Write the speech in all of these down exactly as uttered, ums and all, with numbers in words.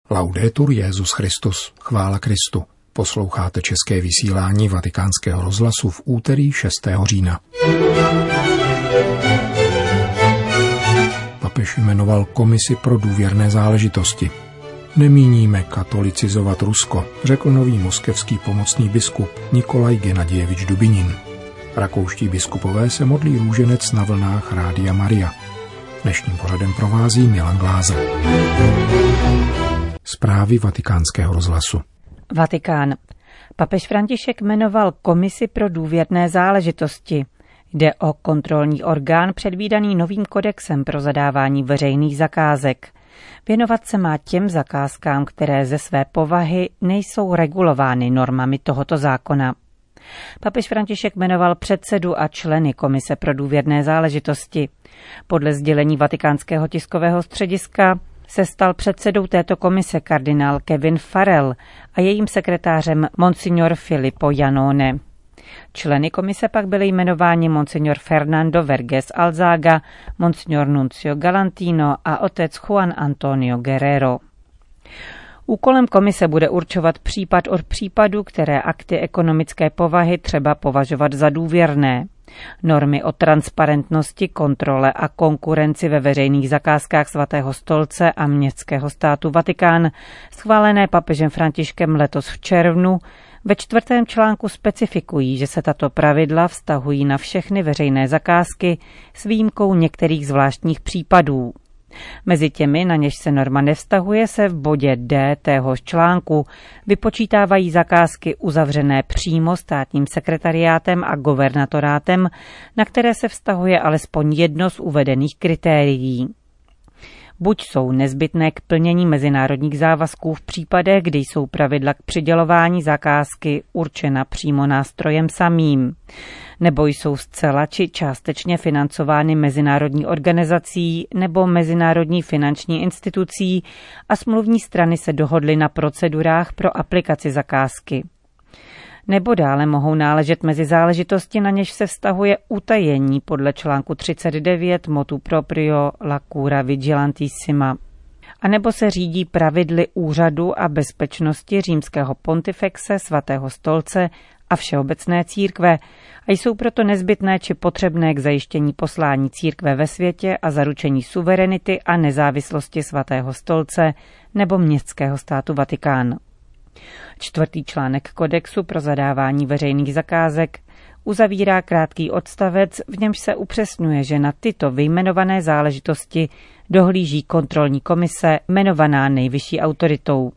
Laudetur Jesus Christus, chvála Kristu. Posloucháte české vysílání Vatikánského rozhlasu v úterý šestého října. Papež jmenoval komisi pro důvěrné záležitosti. Nemíníme katolicizovat Rusko, řekl nový moskevský pomocný biskup Nikolaj Genadjevič Dubinin. Rakouští biskupové se modlí růženec na vlnách Rádia Maria. Dnešním pořadem provází Milan Glázer. Zprávy Vatikánského rozhlasu. Vatikán. Papež František jmenoval komisi pro důvěrné záležitosti. Jde o kontrolní orgán předvídaný novým kodexem pro zadávání veřejných zakázek. Věnovat se má těm zakázkám, které ze své povahy nejsou regulovány normami tohoto zákona. Papež František jmenoval předsedu a členy komise pro důvěrné záležitosti. Podle sdělení Vatikánského tiskového střediska se stal předsedou této komise kardinál Kevin Farrell a jejím sekretářem monsignor Filippo Janone. Členy komise pak byli jmenováni monsignor Fernando Vergés Alzaga, monsignor Nuncio Galantino a otec Juan Antonio Guerrero. Úkolem komise bude určovat případ od případu, které akty ekonomické povahy třeba považovat za důvěrné. Normy o transparentnosti, kontrole a konkurenci ve veřejných zakázkách Svatého stolce a městského státu Vatikán, schválené papežem Františkem letos v červnu, ve čtvrtém článku specifikují, že se tato pravidla vztahují na všechny veřejné zakázky s výjimkou některých zvláštních případů. Mezi těmi, na něž se norma nevztahuje, se v bodě D téhož článku vypočítávají zakázky uzavřené přímo státním sekretariátem a guvernatorátem, na které se vztahuje alespoň jedno z uvedených kritérií. Buď jsou nezbytné k plnění mezinárodních závazků v případech, kdy jsou pravidla k přidělování zakázky určena přímo nástrojem samým, nebo jsou zcela či částečně financovány mezinárodní organizací nebo mezinárodní finanční institucí a smluvní strany se dohodly na procedurách pro aplikaci zakázky. Nebo dále mohou náležet mezi záležitosti, na něž se vztahuje utajení podle článku třicet devět motu proprio la cura vigilantissima. A nebo se řídí pravidly úřadu a bezpečnosti římského pontifexe, Svatého stolce a všeobecné církve a jsou proto nezbytné či potřebné k zajištění poslání církve ve světě a zaručení suverenity a nezávislosti Svatého stolce nebo městského státu Vatikán. Čtvrtý článek kodexu pro zadávání veřejných zakázek uzavírá krátký odstavec, v němž se upřesňuje, že na tyto vyjmenované záležitosti dohlíží kontrolní komise jmenovaná nejvyšší autoritou.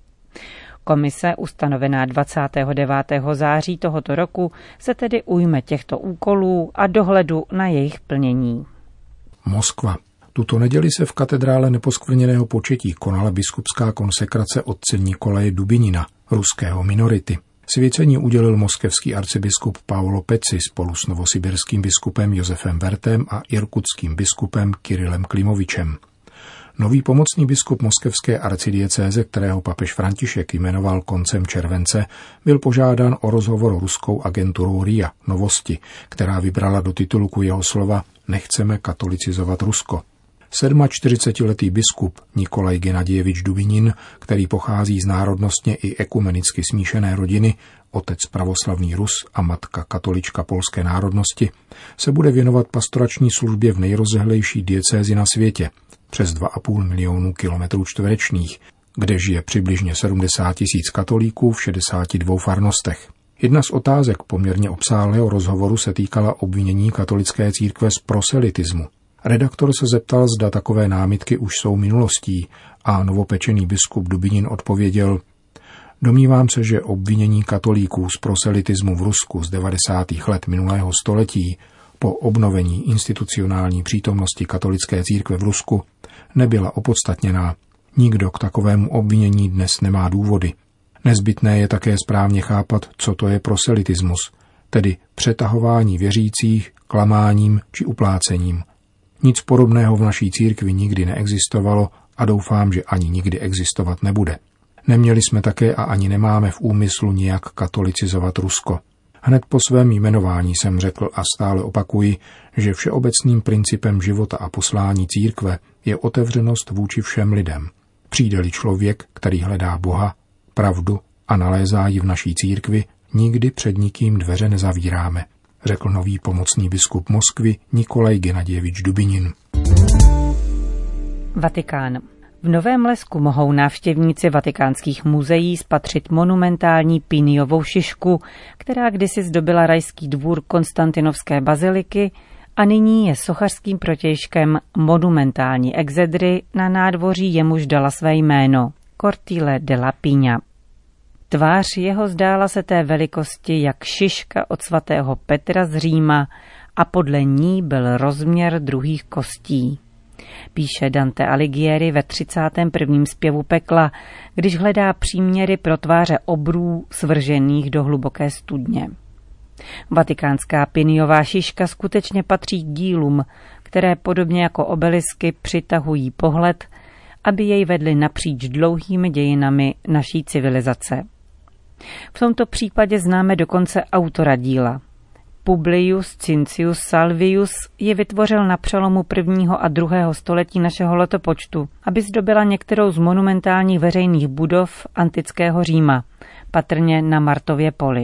Komise, ustanovená dvacátého devátého září tohoto roku, se tedy ujme těchto úkolů a dohledu na jejich plnění. Moskva. Tuto neděli se v katedrále Neposkvrněného početí konala biskupská konsekrace otce Nikolaje Dubinina, ruského minority. Svěcení udělil moskevský arcibiskup Paolo Peci spolu s novosibirským biskupem Josefem Vertem a irkutským biskupem Kirilem Klimovičem. Nový pomocný biskup moskevské arcidiecéze, kterého papež František jmenoval koncem července, byl požádán o rozhovor ruskou agenturou R I A Novosti, která vybrala do titulku jeho slova Nechceme katolicizovat Rusko. čtyřicetisedmiletý biskup Nikolaj Genadjevič Dubinin, který pochází z národnostně i ekumenicky smíšené rodiny, otec pravoslavný Rus a matka katolička polské národnosti, se bude věnovat pastorační službě v nejrozlehlejší diecézi na světě, přes dva a půl milionu kilometrů čtverečních, kde žije přibližně sedmdesát tisíc katolíků v šedesáti dvou farnostech. Jedna z otázek poměrně obsáhlého rozhovoru se týkala obvinění katolické církve z proselitismu. Redaktor se zeptal, zda takové námitky už jsou minulostí a novopečený biskup Dubinin odpověděl: Domnívám se, že obvinění katolíků z proselitismu v Rusku z devadesátých let minulého století po obnovení institucionální přítomnosti katolické církve v Rusku nebyla opodstatněná. Nikdo k takovému obvinění dnes nemá důvody. Nezbytné je také správně chápat, co to je proselitismus, tedy přetahování věřících, klamáním či uplácením. Nic podobného v naší církvi nikdy neexistovalo a doufám, že ani nikdy existovat nebude. Neměli jsme také a ani nemáme v úmyslu nijak katolicizovat Rusko. Hned po svém jmenování jsem řekl a stále opakuji, že všeobecným principem života a poslání církve je otevřenost vůči všem lidem. Přijde-li člověk, který hledá Boha, pravdu a nalézá ji v naší církvi, nikdy před nikým dveře nezavíráme, řekl nový pomocný biskup Moskvy Nikolaj Genadjevič Dubinin. Vatikán. V Novém Lesku mohou návštěvníci vatikánských muzeí spatřit monumentální Piniovou šišku, která kdysi zdobila rajský dvůr Konstantinovské baziliky a nyní je sochařským protějškem monumentální exedry na nádvoří, jemuž dala své jméno Cortile della Pina. Tvář jeho zdála se té velikosti jak šiška od svatého Petra z Říma a podle ní byl rozměr druhých kostí. Píše Dante Alighieri ve třicátém prvním zpěvu pekla, když hledá příměry pro tváře obrů svržených do hluboké studně. Vatikánská Piniová šiška skutečně patří k dílům, které podobně jako obelisky přitahují pohled, aby jej vedly napříč dlouhými dějinami naší civilizace. V tomto případě známe dokonce autora díla. Publius Cincius Salvius ji vytvořil na přelomu prvního a druhého století našeho letopočtu, aby zdobila některou z monumentálních veřejných budov antického Říma, patrně na Martově poli.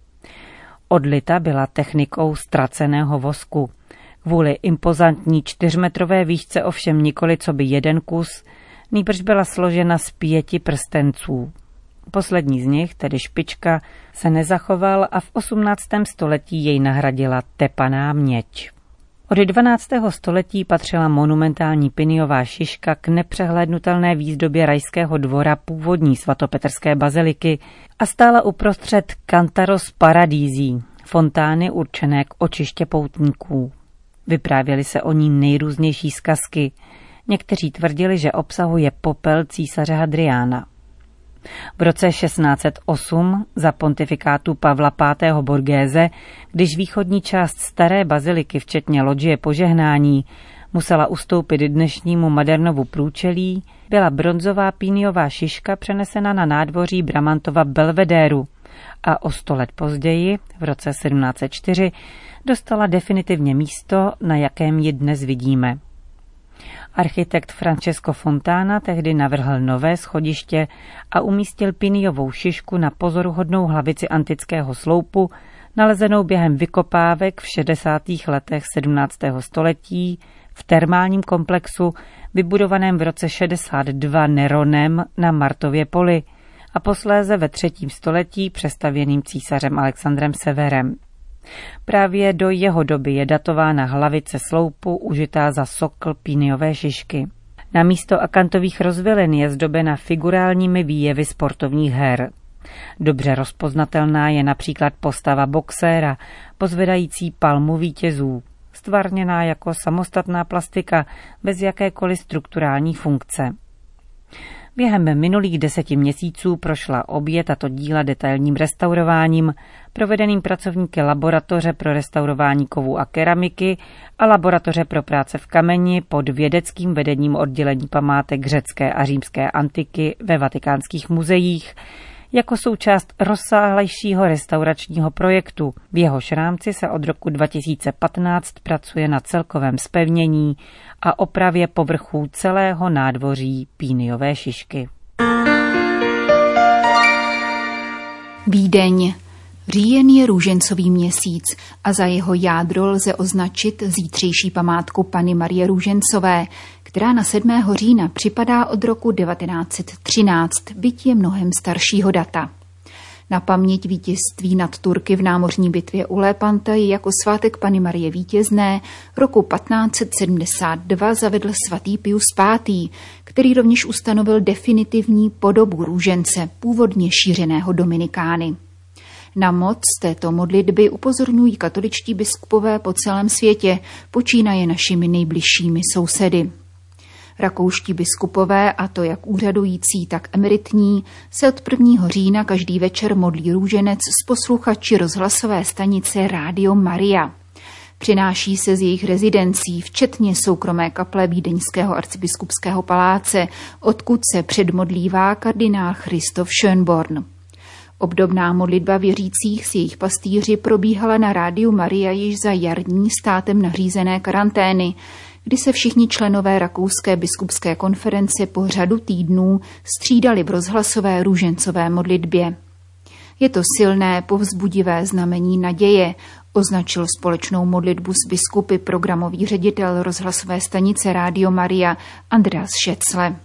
Odlita byla technikou ztraceného vosku. Kvůli impozantní čtyřmetrové výšce ovšem nikoli co by jeden kus, nýbrž byla složena z pěti prstenců. Poslední z nich, tedy špička, se nezachoval a v osmnáctém století jej nahradila tepaná měď. Od dvanáctého století patřila monumentální Piniová šiška k nepřehlédnutelné výzdobě rajského dvora původní svatopetrské baziliky a stála uprostřed Cantaros Paradisí, fontány určené k očiště poutníků. Vyprávěly se o ní nejrůznější zkazky. Někteří tvrdili, že obsahuje popel císaře Hadriána. V roce šestnáct set osm za pontifikátu Pavla pátého. Borghese, když východní část staré baziliky, včetně lodžie požehnání, musela ustoupit dnešnímu Madernovu průčelí, byla bronzová Piniová šiška přenesena na nádvoří Bramantova belvedéru a o sto let později, v roce sedmnáct set čtyři, dostala definitivně místo, na jakém ji dnes vidíme. Architekt Francesco Fontana tehdy navrhl nové schodiště a umístil Piniovou šišku na pozoruhodnou hlavici antického sloupu, nalezenou během vykopávek v šedesátých letech sedmnáctého století v termálním komplexu vybudovaném v roce šedesát dva Neronem na Martově poli a posléze ve třetím století přestavěným císařem Alexandrem Severem. Právě do jeho doby je datována hlavice sloupu užitá za sokl Piniové šišky. Na místo akantových rozvilin je zdobena figurálními výjevy sportovních her. Dobře rozpoznatelná je například postava boxéra, pozvedající palmu vítězů, stvárněná jako samostatná plastika bez jakékoliv strukturální funkce. Během minulých deseti měsíců prošla obě tato díla detailním restaurováním, provedeným pracovníky laboratoře pro restaurování kovů a keramiky a laboratoře pro práce v kameni pod vědeckým vedením oddělení památek řecké a římské antiky ve vatikánských muzeích, jako součást rozsáhlejšího restauračního projektu. V jehož rámci se od roku dva tisíce patnáct pracuje na celkovém zpevnění a opravě povrchů celého nádvoří Piniové šišky. Vídeň. Říjen je růžencový měsíc a za jeho jádro lze označit zítřejší památku Panny Marie Růžencové, která na sedmého října připadá od roku devatenáct set třináct, byť je mnohem staršího data. Na paměť vítězství nad Turky v námořní bitvě u Lépanta ji jako svátek Panny Marie Vítězné roku patnáct set sedmdesát dva zavedl svatý Pius pátý., který rovněž ustanovil definitivní podobu růžence, původně šířeného Dominikány. Na moc této modlitby upozorňují katoličtí biskupové po celém světě, počínaje našimi nejbližšími sousedy. Rakouští biskupové, a to jak úřadující, tak emeritní, se od prvního října každý večer modlí růženec s posluchači rozhlasové stanice Rádio Maria. Přináší se z jejich rezidencí, včetně soukromé kaple vídeňského arcibiskupského paláce, odkud se předmodlívá kardinál Christoph Schönborn. Obdobná modlitba věřících s jejich pastýři probíhala na Rádiu Maria již za jarní státem nařízené karantény, kdy se všichni členové Rakouské biskupské konference po řadu týdnů střídali v rozhlasové růžencové modlitbě. Je to silné, povzbudivé znamení naděje, označil společnou modlitbu s biskupy programový ředitel rozhlasové stanice Rádio Maria Andreas Schätzle.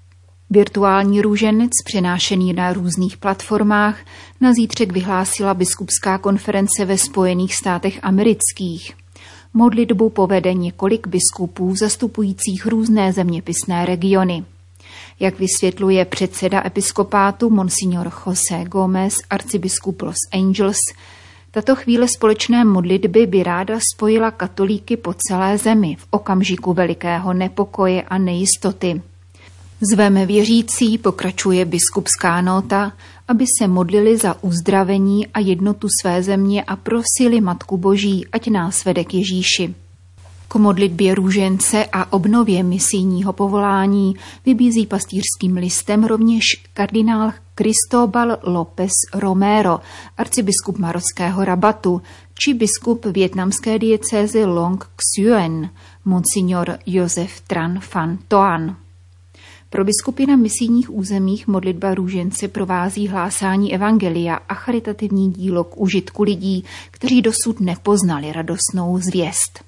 Virtuální růženec, přenášený na různých platformách, na zítřek vyhlásila biskupská konference ve Spojených státech amerických. Modlitbu povede několik biskupů zastupujících různé zeměpisné regiony. Jak vysvětluje předseda episkopátu Monsignor José Gómez, arcibiskup Los Angeles, tato chvíle společné modlitby by ráda spojila katolíky po celé zemi v okamžiku velikého nepokoje a nejistoty. Zveme věřící, pokračuje biskupská nota, aby se modlili za uzdravení a jednotu své země a prosili Matku Boží, ať nás vede k Ježíši. K modlitbě růžence a obnově misijního povolání vybízí pastýřským listem rovněž kardinál Cristóbal López Romero, arcibiskup marockého Rabatu, či biskup vietnamské diecézy Long Xuyen, monsignor Josef Tran Van Toan. Pro biskupy na misijních územích modlitba růžence provází hlásání evangelia a charitativní dílo k užitku lidí, kteří dosud nepoznali radostnou zvěst.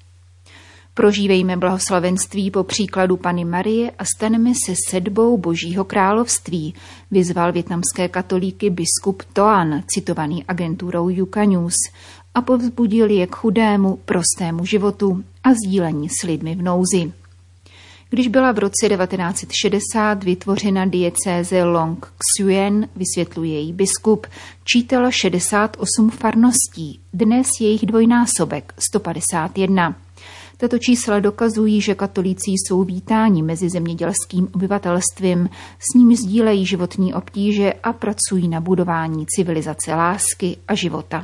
Prožívejme blahoslavenství po příkladu Panny Marie a staneme se sedbou Božího království, vyzval vietnamské katolíky biskup Toan, citovaný agenturou Yuka News, a povzbudil je k chudému, prostému životu a sdílení s lidmi v nouzi. Když byla v roce devatenáct set šedesát vytvořena diecéze Long Xuyen, vysvětluje její biskup, čítala šedesát osm farností, dnes je jich dvojnásobek, sto padesát jedna. Tato čísla dokazují, že katolíci jsou vítáni mezi zemědělským obyvatelstvem, s ním sdílejí životní obtíže a pracují na budování civilizace lásky a života.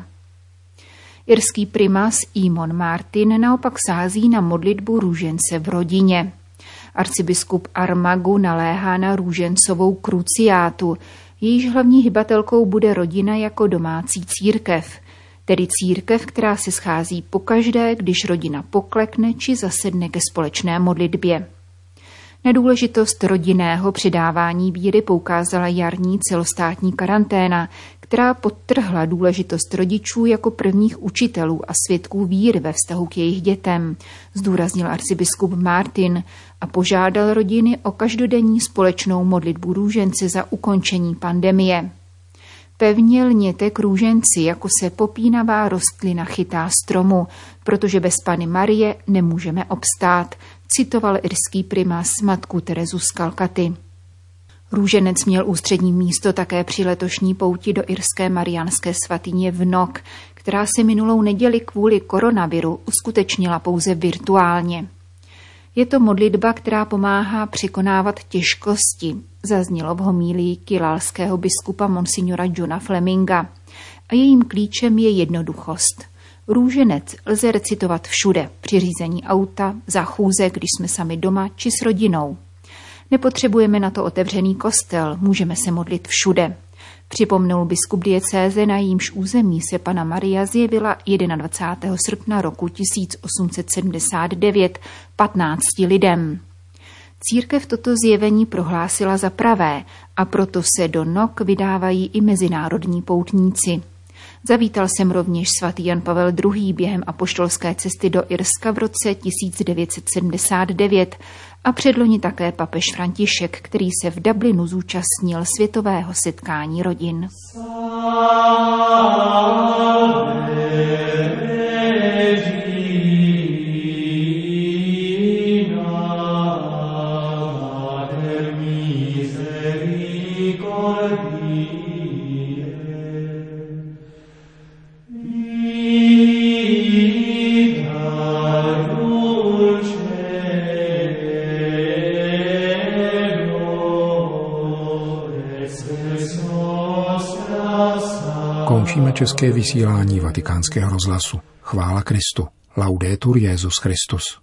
Irský primas Eamon Martin naopak sází na modlitbu růžence v rodině. Arcibiskup Armagu naléhá na růžencovou kruciátu, jejíž hlavní hybatelkou bude rodina jako domácí církev, tedy církev, která se schází pokaždé, když rodina poklekne či zasedne ke společné modlitbě. Na důležitost rodinného předávání víry poukázala jarní celostátní karanténa, která podtrhla důležitost rodičů jako prvních učitelů a svědků víry ve vztahu k jejich dětem, zdůraznil arcibiskup Martin a požádal rodiny o každodenní společnou modlitbu růžence za ukončení pandemie. Pevně lněte k růženci, jako se popínavá rostlina chytá stromu, protože bez Panny Marie nemůžeme obstát, citoval irský primas matku Terezu z Kalkaty. Růženec měl ústřední místo také při letošní pouti do irské mariánské svatyně v Nok, která se minulou neděli kvůli koronaviru uskutečnila pouze virtuálně. Je to modlitba, která pomáhá překonávat těžkosti, zaznělo v homílii kilalského biskupa monsignora Johna Fleminga. A jejím klíčem je jednoduchost. Růženec lze recitovat všude, při řízení auta, za chůze, když jsme sami doma či s rodinou. Nepotřebujeme na to otevřený kostel, můžeme se modlit všude. Připomnul biskup diecéze, na jímž území se Panna Maria zjevila dvacátého prvního srpna roku tisíc osm set sedmdesát devět patnácti lidem. Církev toto zjevení prohlásila za pravé a proto se do Nok vydávají i mezinárodní poutníci. Zavítal jsem rovněž svatý Jan Pavel druhý. během apoštolské cesty do Irska v roce tisíc devět set sedmdesát devět a předloni také papež František, který se v Dublinu zúčastnil světového setkání rodin. Končíme české vysílání Vatikánského rozhlasu. Chvála Kristu. Laudetur Jesus Christus.